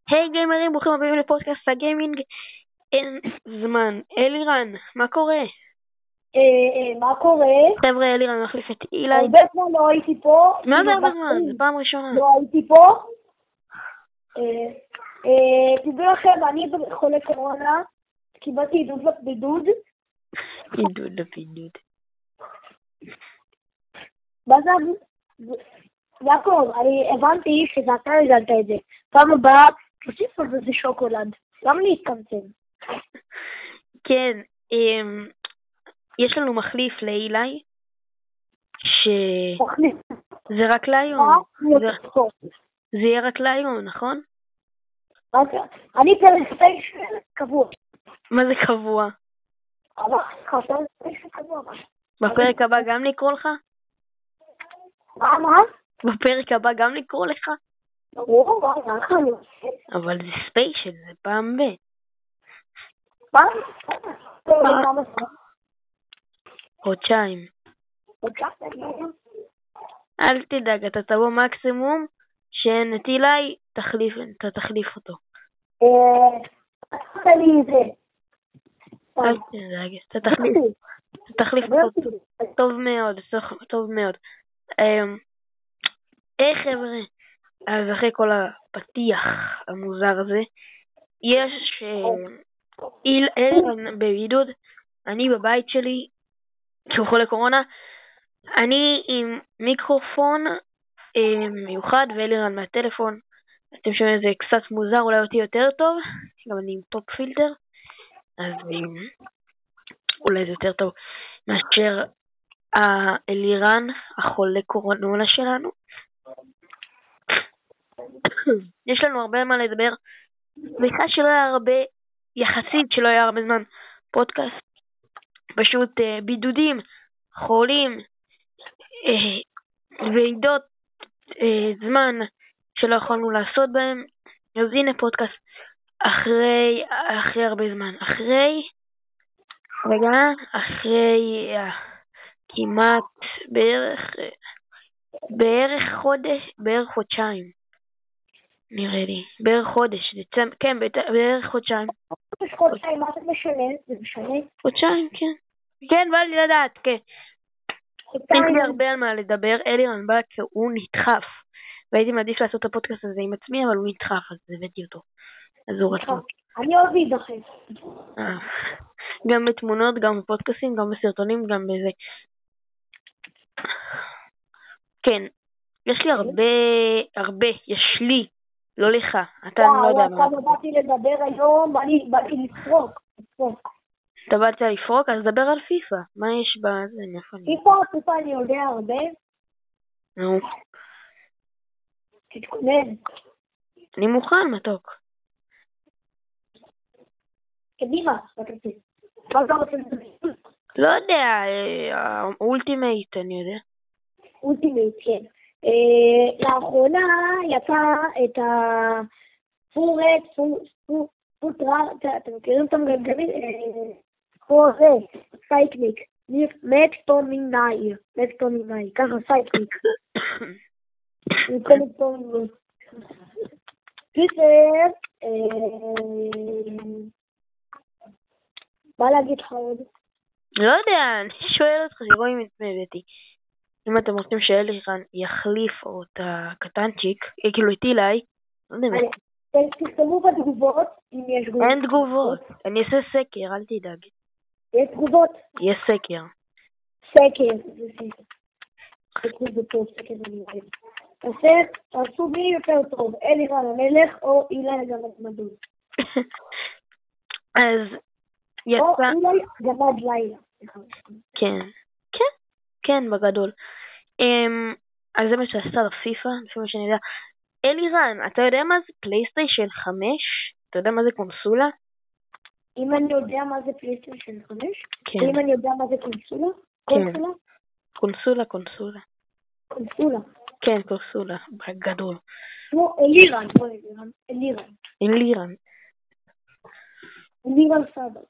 היי גיימרים, ברוכים הבאים לפודקאסט הגיימינג אין זמן. אלירן, מה קורה? מה קורה? חבר'ה, אלירן מחליף את אילי. הרבה זמן לא הייתי פה. מה זה הרבה זמן? זה פעם ראשונה. לא הייתי פה. תדעו לכם, אני חולה קורונה, קיבלתי עידוד לבידוד. עידוד לבידוד. יעקב, אני הבנתי שאתה הגנת את זה. פעם הבאה, תוסיף על זה שוקולד. למה להתקמצן? כן, יש לנו מחליף לאילי, שזה רק להיום. זה יהיה רק להיום, נכון? אני פרק 9 קבוע. מה זה קבוע? בפרק הבא גם לקרוא לך? מה? בפרק הבא גם לקרוא לך? אבל זה ספיישל, זה פעם ב. חודשיים. אל תדאג, אתה תבוא מקסימום שנטילי אתה תחליף אותו. אל תדאג, אתה תחליף אותו. טוב מאוד, טוב מאוד. חבר'ה, אז אחרי כל הפתיח המוזר הזה, יש אלירן בבידוד, אני בבית שלי, שהוא חולה קורונה, אני עם מיקרופון מיוחד ואלירן מהטלפון. אתם שומעים זה קצת מוזר, אולי אותי יותר טוב, גם אני עם פופ פילטר, אז אולי זה יותר טוב מאשר אלירן, החולה קורונה שלנו. יש לנו הרבה מה לדבר, סליחה שלא היה הרבה, יחסית שלא היה הרבה זמן פודקאסט, פשוט בידודים, חולים, ועידות זמן שלא יכולנו לעשות בהם. אז הנה פודקאסט אחרי הרבה זמן, אחרי כמעט בערך חודש, בערך חודשיים נראה לי, בערך חודש, כן, בערך חודשיים. חודשיים, מה זה משנה? זה משנה? חודשיים, כן. כן, בא לי לדעת, כן. יש לי הרבה על מה לדבר. אלירן בא כי הוא נדחף, והייתי מעדיף לעשות את הפודקאסט הזה עם עצמי, אבל הוא נדחף, אז הבאתי אותו. אז הוא רצה. אני אוהב להידחף. גם בתמונות, גם בפודקאסטים, גם בסרטונים, גם בזה. כן, יש לי הרבה, יש לי, לא לך. אתה לא יודע מה. אתה באתי לדבר היום, באתי לפרוק. אתה באת לפרוק, אז דבר על פיפה. מה יש בזה? פיפה אני יודע הרבה. נו. תתכונן. אני מוכן, מתוק. קדימה, מה אתה רוצה לדבר? לא יודע, אולטימייט, אני יודע. אולטימייט, כן. לאחרונה יצא את פוטראט, אתם מכירים את המגלגלים? כמו זה, סייקליק, מקטונינאי, ככה סייקליק. פיצר, מה להגיד לך עוד? לא יודע, אני שואל אותך שרואים את מבטי. אם אתם רוצים שאלירן יחליף את הקטנצ'יק, כאילו את אילי, לא יודע. תכתבו בתגובות אם יש תגובות. אין תגובות, אני אעשה סקר, אל תדאג. יש תגובות? יש סקר. סקר, זה סקר אני רואה. תעשו מי יותר טוב, אלירן המלך או אילי הגמד. אז יצא... או אילי גמד לילה. כן, בגדול. אז זה מה שעשה לפיפה, לפי מה שאני יודע. אלירן, אתה יודע מה זה פלייסטיישן 5? אתה יודע מה זה קונסולה? אם אני יודע מה זה פלייסטיישן 5? כן. אם אני יודע מה זה קונסולה? כן. קונסולה. קונסולה? כן, קונסולה, בגדול. כמו אלירן. אלירן סבא.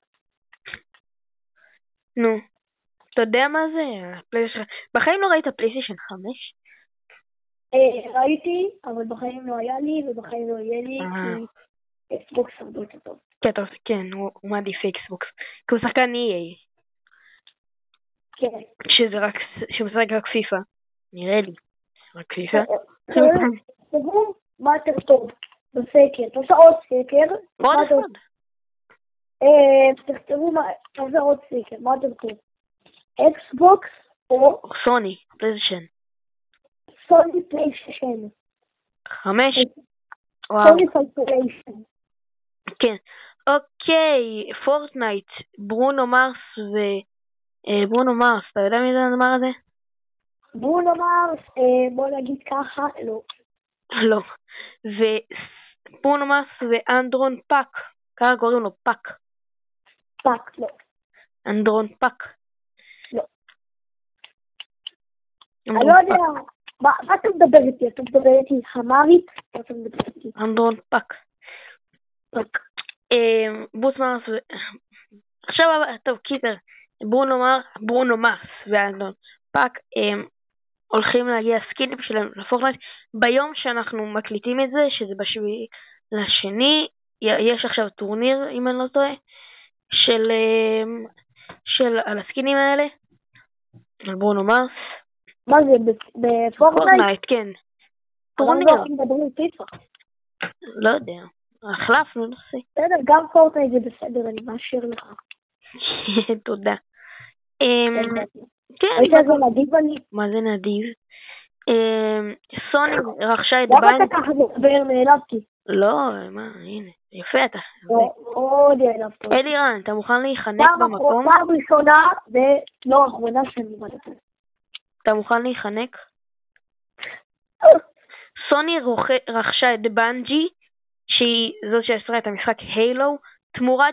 נו. אתה יודע מה זה? בחיים לא ראית פלייסטיישן 5? ראיתי, אבל בחיים לא היה לי, ובחיים לא יהיה לי, אקסבוקס הרבה יותר טוב. כן, הוא מעדיף אקסבוקס. כי הוא שחקן EA. כן. שמשחק רק פיפה. נראה לי. רק פיפה. תראו מה יותר טוב בסקר. תעשה עוד סקר. עוד אחד. תכתבו תעשה עוד סקר. מה יותר טוב? אקסבוקס או סוני, פלייסטיישן. סוני פלייסטיישן. 5. סוני פלייסטיישן. כן. אוקיי, פורטנייט, ברונו מרס ברונו מרס, אתה יודע מי זה הדבר הזה? ברונו מרס, בוא נגיד ככה, לא. לא. וברונו מרס ואנדרון פאק, ככה קוראים לו פאק. פאק, לא. אנדרון פאק. לא. אני לא יודע, מה אתה מדבר איתי? אתה מדבר איתי חמרית? מה אתה מדבר איתי? אנדרון פאק. פאק. ברוס מרס עכשיו, טוב, קיצר, ברונו מרס ואנדרון פאק הולכים להגיע סקינים שלהם לפורטנייט ביום שאנחנו מקליטים את זה, שזה ב7/2. יש עכשיו טורניר, אם אני לא טועה, על הסקינים האלה, על ברונו מרס. מה זה, בפורטנייט? כן. טורניר. אנחנו מדברים פיפה. לא יודע, החלפנו נושא. בסדר, גם פורטנייט זה בסדר, אני מאשר לך. תודה. כן. איזה נדיב אני? מה זה נדיב? סוני רכשה את למה אתה ככה מדבר? נעלבתי. לא, מה, הנה, יפה אתה. עוד נעלבתי. אלירן, אתה מוכן להיחנק במקום? פעם ראשונה ולא האחרונה שאני מדבר. אתה מוכן להיחנק? סוני רכשה את בנג'י, שהיא זאת שיצרה את המשחק הילו, תמורת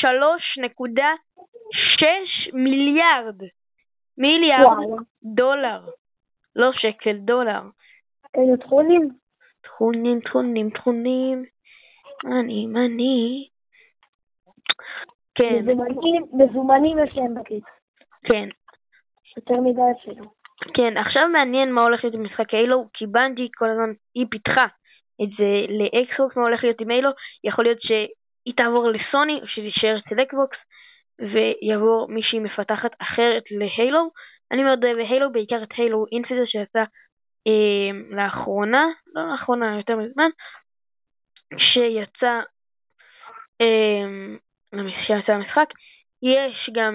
3.6 מיליארד דולר. לא שקל, דולר. איזה תכונים? תכונים. מני. כן. מזומנים יש להם בכיס. כן. יותר מדי אפילו. כן, עכשיו מעניין מה הולך להיות עם משחק הילו, כי בנג'י כל הזמן, היא פיתחה את זה לאקסבוקס, מה הולך להיות עם הילו, יכול להיות שהיא תעבור לסוני, או שהיא תישאר אצל אקסבוקס, ויעבור מישהי מפתחת אחרת להילו. אני מאוד אוהב הילו, בעיקר את הילו אינפיניט שיצא לאחרונה, לא לאחרונה, יותר מזמן, שיצא המשחק. יש גם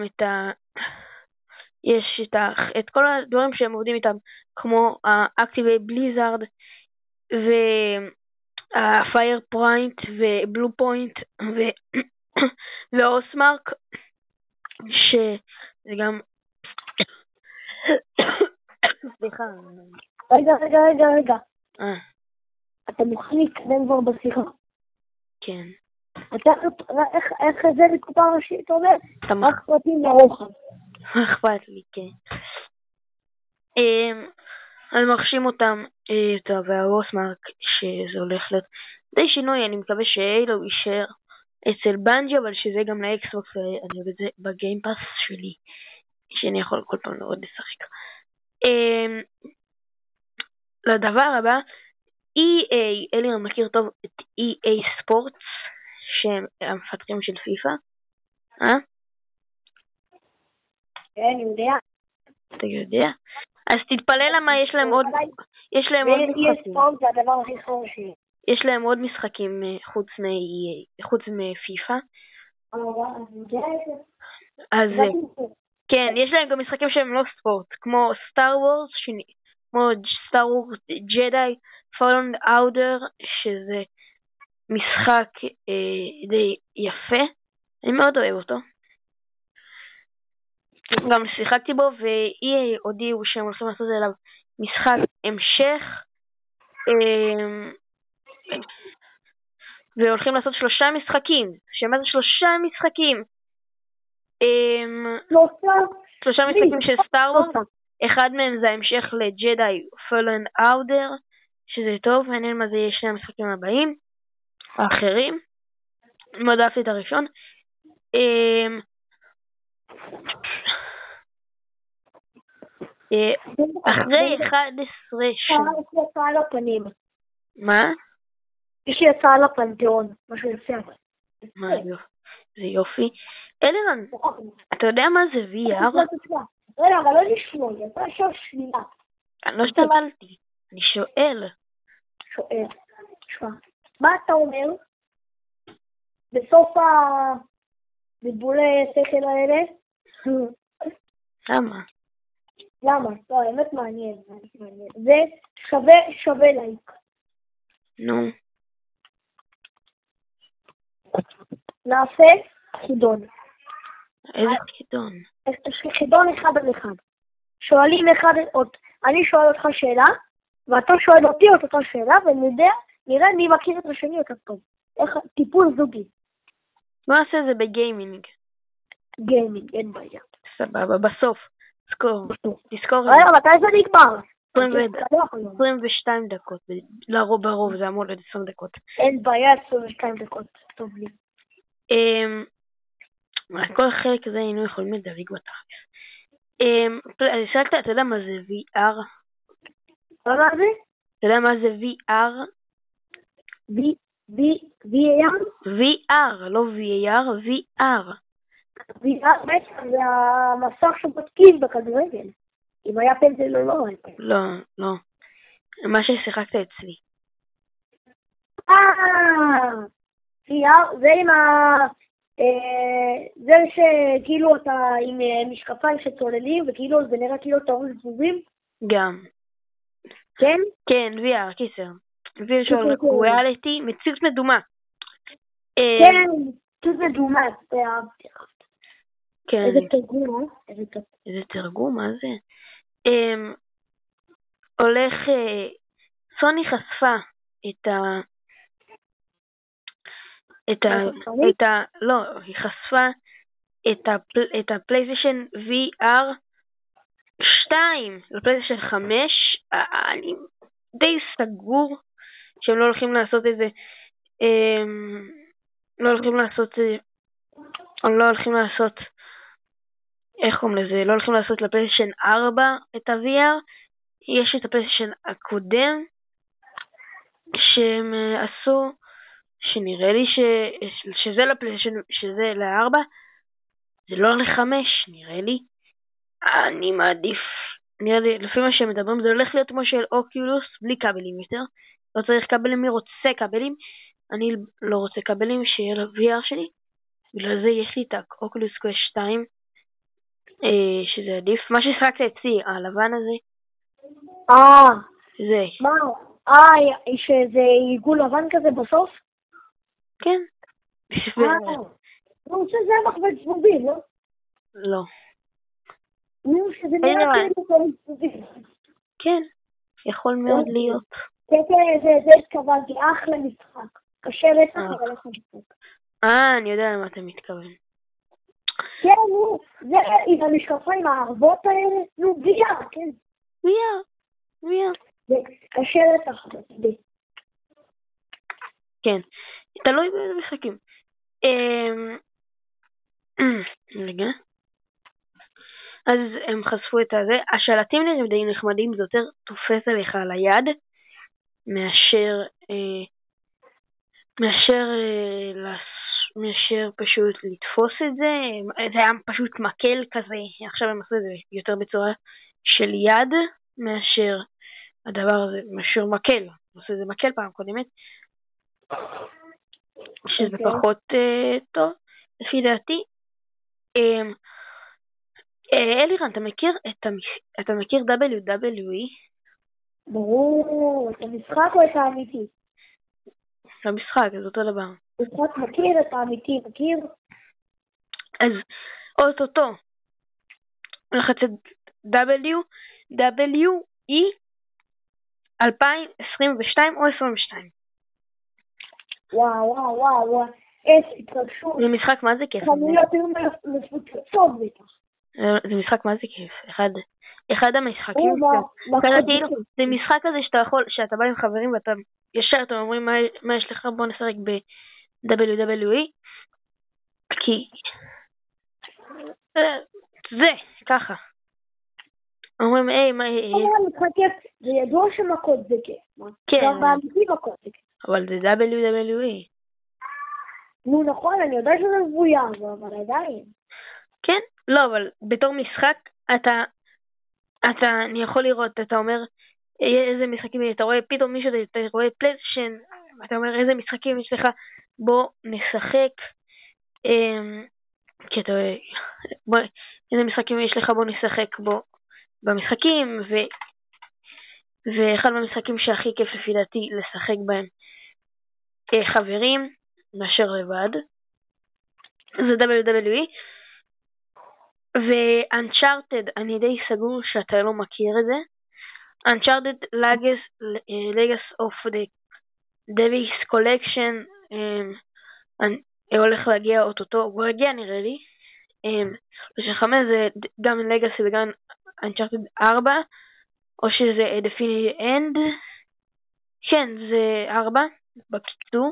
את כל הדברים שהם עובדים איתם, כמו האקטיבי בליזארד והפייר פוינט ובלו פוינט ואוסמרק, שזה גם סליחה. רגע. אתה מוכן להתקדם כבר בשיחה? כן. איך זה לקופה ראשית אומר? רק פרטים לרוחב. אכפת לי, כן. אז מרשים אותם, טוב, והאוסמרק, שזה הולך להיות די שינוי, אני מקווה שהילו יישאר אצל בנג'י, אבל שזה גם לאקסבוקס, אני אוהב את זה בגיימפאס שלי, שאני יכול כל פעם מאוד לשחק. לדבר הבא, EA, אלירן מכיר טוב את EA ספורטס, שהם המפתחים של פיפה, כן, אני יודע. אתה יודע? אז תתפלא למה יש להם עוד משחקים. זה הדבר הכי חשוב שלי. יש להם עוד משחקים חוץ מפיפה. אז כן, יש להם גם משחקים שהם לא ספורט, כמו סטאר וורס, כמו סטאר וורס ג'די פולן אורדר, שזה משחק די יפה. אני מאוד אוהב אותו. גם שיחקתי בו, ואי הודיעו שהם הולכים לעשות אליו משחק המשך, והולכים לעשות 3 משחקים. שמה זה 3 משחקים? 3 משחקים של סטאר וורס. אחד מהם זה המשך לג'די פולן אורדר, שזה טוב, מעניין מה זה יהיה 2 המשחקים הבאים, האחרים. מאוד אהבתי את הראשון. אחרי 11 שנים. קהל הפנים. מה? יש לי הצעה לפנתיאון, משהו יפה. זה יופי. אלירן, אתה יודע מה זה VR? רגע, אבל לא לשמוע, אתה שואל שלילה. אני לא שתבלתי, אני שואל. שואל. מה אתה אומר? בסוף הבלבולי שכל האלה? למה? למה? לא, האמת מעניין. זה שווה לייק. נו. נעשה חידון. איזה חידון? חידון אחד על אחד. שואלים אחד עוד. אני שואל אותך שאלה, ואתה שואל אותי את אותה שאלה, ונראה מי מכיר את השני יותר טוב. איך טיפול זוגי. בוא נעשה את זה בגיימינג. גיימינג, אין בעיה. סבבה, בסוף. תזכור. רגע, מתי זה נגמר? 22 דקות. ברוב זה אמור להיות 20 דקות. אין בעיה, 22 דקות. טוב לי. כל החלק הזה היינו יכולים לדלג בתכלס. אתה יודע מה זה VR? מה זה? אתה יודע מה זה VR? VR? VR, לא VAR, VR. VR בעצם זה המסך שבודקים בכדורגל. אם היה פנדל או לא. לא. מה ששיחקת אצלי. VR זה עם זה שכאילו אתה עם משקפיים שצוללים, וכאילו זה נראה כאילו אתה רואה זבובים? גם. כן? כן, VR, קיסר. וירטואל ריאליטי, מציאות מדומה. כן, מציאות מדומה, זה אהבתי. כן. איזה תרגום, איזה תרגום, מה זה? הולך, סוני חשפה היא חשפה את הפלייסטיישן VR 2 לפלייסטיישן 5. אני די סגור שהם לא הולכים לעשות את זה, לא הולכים לפלייסטיישן 4 את ה-VR. יש את הפלייסטיישן הקודם שהם עשו, שנראה לי שזה לפלייסטיישן, שזה ל-4, זה לא ל-5, נראה לי. אני מעדיף, נראה לי, לפי מה שהם מדברים, זה הולך להיות כמו של אוקולוס, בלי כבלים יותר. לא צריך כבלים, מי רוצה כבלים? אני לא רוצה כבלים, שיהיה ל-VR שלי. בגלל זה יש לי את האוקולוס קווסט 2, שזה עדיף. מה ששחקת אצלי, הלבן הזה. זה. מה? שזה עיגול לבן כזה בסוף? כן. נו, שזה מחבד זבובים, לא? לא. נו, שזה נראה כאילו זבובים. כן, יכול מאוד להיות. כן, זה התכוונתי, אחלה משחק. קשה רצח, אבל אחלה משחק. אני יודע למה אתה מתכוון. כן, נו, זה עם המשקפיים הערבות האלה, נו, VR, כן. VR. זה קשה רצח, זה. כן, תלוי באיזה משחקים. רגע. אז הם חשפו את הזה. השלטים נראים די נחמדים, זה יותר תופס עליך על היד, מאשר פשוט לתפוס את זה. זה היה פשוט מקל כזה. עכשיו הם עשו את זה יותר בצורה של יד, מאשר הדבר הזה, מאשר מקל. עשו את זה מקל פעם קודמת. שזה פחות טוב, לפי דעתי. אלירן, אתה מכיר WWE? ברור, את המשחק או את האמיתי? את המשחק, זה אותו דבר. משחק מכיר, את האמיתי מכיר? אז אותו. הולכת WWE 2022 או 22. וואו, איזה התרגשות. זה משחק מה זה כיף. חנויות היו מפוצצות בטח. זה משחק מה זה כיף. אחד המשחקים. זה משחק כזה שאתה בא עם חברים ואתה ישר אתם אומרים מה יש לך, בוא נשחק ב-WWE. כי זה, ככה. אומרים, מה... זה ידוע שמכות זה כיף. כן. גם באמיתי מכות זה כיף. אבל זה WWE. נו נכון, אני יודע שזה מבוים, אבל עדיין. כן, לא, אבל בתור משחק, אני יכול לראות, אתה אומר, איזה משחקים, אתה רואה פתאום מישהו, אתה רואה פלייסטיישן, אתה אומר איזה משחקים יש לך, בוא נשחק, כי אתה רואה, איזה משחקים יש לך, בוא נשחק בו במשחקים, ואחד מהמשחקים שהכי כיף לפי דעתי לשחק בהם חברים, מאשר לבד, זה WWE, ו-Uncharted, אני די סגור שאתה לא מכיר את זה, Uncharted Legacy of the Devil's Collection, הולך להגיע אוטוטו, הוא הגיע נראה לי, ושחמש זה גם Legacy וגם Uncharted 4, או שזה Definitive End, כן, זה 4, בקיצור.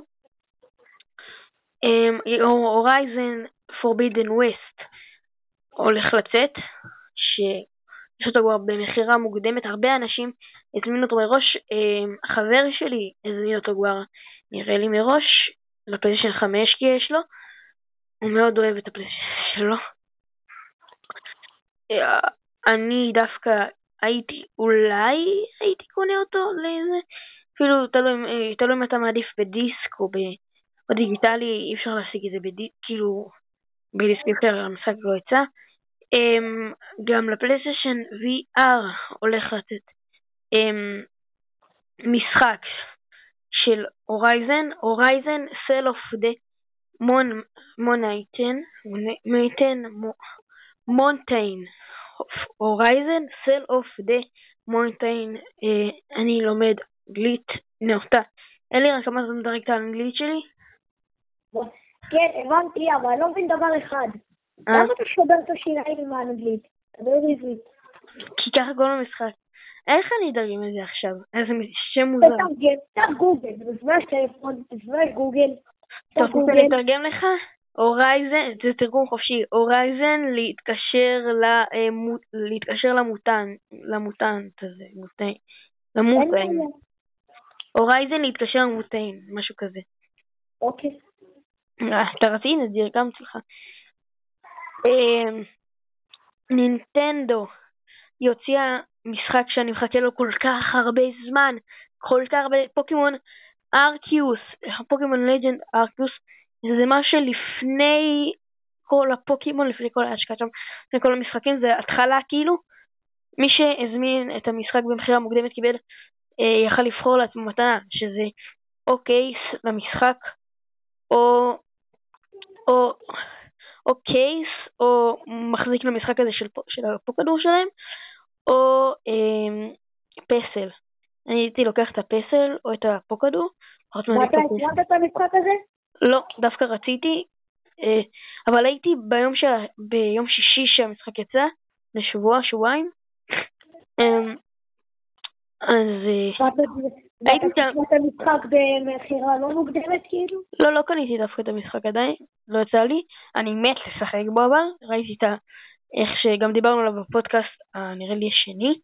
Horizon Forbidden West הולך לצאת, שיש אותו כבר במחירה מוקדמת, הרבה אנשים הזמינו אותו מראש, החבר שלי הזמין אותו כבר, נראה לי מראש, לפלייסטיישן 5 כי יש לו, הוא מאוד אוהב את הפלייסטיישן שלו. אני דווקא אולי הייתי קונה אותו לאיזה, אפילו תלוי אם אתה מעדיף בדיסק או בדיגיטלי, אי אפשר להשיג את זה כאילו בדיסק יותר, המשחק לא יצא. גם לפלייסטיישן VR הולך לתת משחק של הורייזן סל אוף דה מונטיין, הורייזן סל אוף דה מונטיין. אני לומד אנגלית נאותה, אין לי רק כמה זמן לדרג את האנגלית שלי. כן, הבנתי, אבל אני לא מבין דבר אחד. למה אתה שובר את השיניים עם האנגלית? תדבר עברית. כי ככה כל המשחק. איך אני אדרים את זה עכשיו? איזה שם מוזר. תתרגם גוגל, תזמש טלפון, תזמש גוגל. אתה רוצה לתרגם לך? הורייזן, זה תרגום חופשי. הורייזן להתקשר למוטנט הזה, למוטנט. הורייזן להתקשר למוטנט, משהו כזה. אוקיי. אתה רצית את זה גם שלך. נינטנדו יוציאה משחק שאני מחכה לו כל כך הרבה זמן, פוקימון ארקיוס, פוקימון לג'נד ארקיוס, זה מה שלפני כל הפוקימון, לפני כל ההשקעה שם, לפני כל המשחקים, זה התחלה כאילו, מי שהזמין את המשחק במחירה מוקדמת קיבל, יכל לבחור לעצמו מתנה, שזה או קייס למשחק, או קייס, או מחזיק למשחק הזה של הפוקדור שלהם, או פסל. אני הייתי לוקח את הפסל או את הפוקדור. ואתה הזמנת את המשחק הזה? לא, דווקא רציתי, אבל הייתי ביום שישי שהמשחק יצא, שבועיים. אז הייתי את המשחק במחירה לא מוקדמת כאילו? לא קניתי דווקא את המשחק עדיין, לא יצא לי, אני מת לשחק בו אבל, ראיתי איך שגם דיברנו עליו בפודקאסט, נראה לי השני,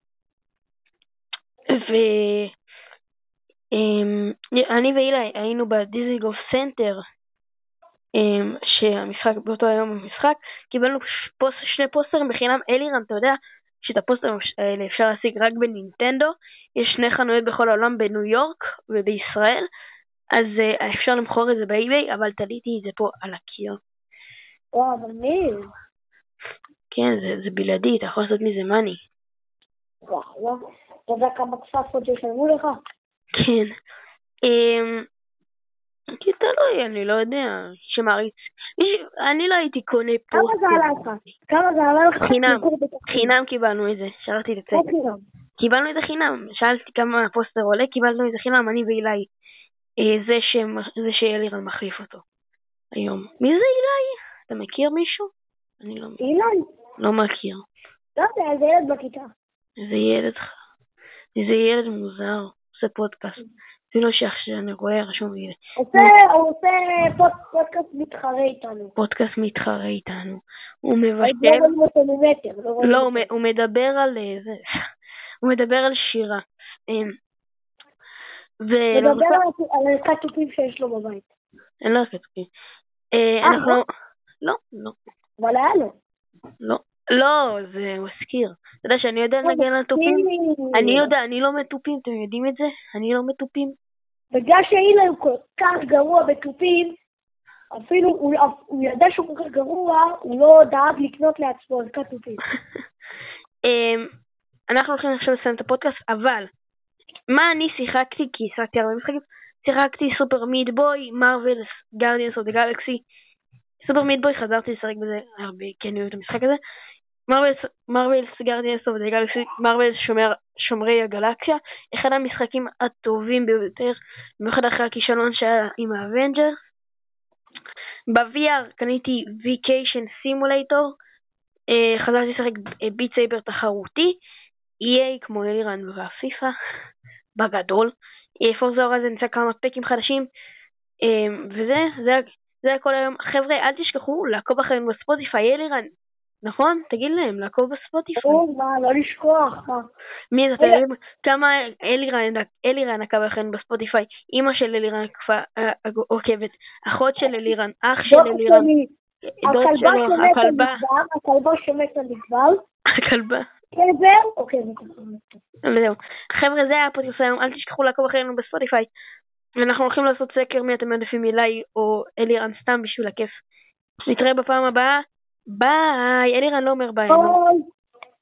ואני ואילי היינו בדיזינגוף סנטר, שהמשחק באותו היום המשחק, קיבלנו שני פוסטרים בחינם. אלירן, אתה יודע שאת הפוסטרים האלה אפשר להשיג רק בנינטנדו, יש 2 חנויות בכל העולם, בניו יורק ובישראל, אז אפשר למכור את זה באיביי, אבל תליתי את זה פה על הקיר. וואו, אבל מי? כן, זה בלעדי, אתה יכול לעשות מזה מאני. וואו, אתה יודע כמה כספות שישלמו לך? כן. כי תלוי, אני לא יודע, שמריץ. אני לא הייתי קונה פה. כמה זה עלה לך? כמה זה עלה לך? חינם קיבלנו את זה, שלחתי את זה. קיבלנו את זה חינם, שאלתי כמה הפוסטר עולה, קיבלנו את זה חינם, אני ואילי. זה שאלירן מחליף אותו היום. מי זה אילי? אתה מכיר מישהו? אני לא מכיר. אילי? לא מכיר. לא יודע, זה ילד בכיתה. זה ילד מוזר, עושה פודקאסט. אפילו שאני רואה רשום לי. הוא עושה פודקאסט מתחרה איתנו. הוא מבטא. לא, הוא מדבר על זה. הוא מדבר על שירה. נדבר על ערכת תופים שיש לו בבית. אין לו ערכת תופים. אנחנו... לא. אבל היה לו. לא, זה מזכיר. אתה יודע שאני יודע לנגן על תופים? אני לא מתופים, אתם יודעים את זה? אני לא מתופים. בגלל שאילן הוא כל כך גרוע בתופים, אפילו הוא ידע שהוא כל כך גרוע, הוא לא דאג לקנות לעצמו ערכת תופים. אנחנו הולכים עכשיו לסיים את הפודקאסט, אבל מה אני שיחקתי? כי שיחקתי הרבה משחקים. שיחקתי סופר מיט בוי, מרוולס, גארדיאנס אוף דה גלקסי. סופר מיט בוי, חזרתי לשחק בזה הרבה, כי אני אוהב את המשחק הזה. מרוולס, גארדיאנס אוף דה גלקסי, מרוולס שומרי הגלקסיה. אחד המשחקים הטובים ביותר, במיוחד אחרי הכישלון שהיה עם האבנג'רס. ב-VR קניתי ויקיישן סימולייטור. חזרתי לשחק ביט סייבר תחרותי. EA כמו אלירן והפיפה בגדול. פורזה הורייזן נמצא כמה פקים חדשים. וזה הכל היום. חבר'ה, אל תשכחו לעקוב אחרינו בספוטיפיי. אלירן, נכון? תגיד להם, לעקוב בספוטיפיי. לא לשכוח. מי זה? כמה אלירן עקב אחרינו בספוטיפיי. אמא של אלירן עוקבת. אחות של אלירן, אח של אלירן. הכלבה שמתה נגבל. הכלבה. קבר? אוקיי. וזהו. חבר'ה, זה היה הפודקאסט היום. אל תשכחו לעקוב אחרינו בספוטיפיי. אנחנו הולכים לעשות סקר מי אתם מעדיפים אליי או אלירן סתם בשביל הכיף. נתראה בפעם הבאה. ביי. אלירן לא אומר ביי.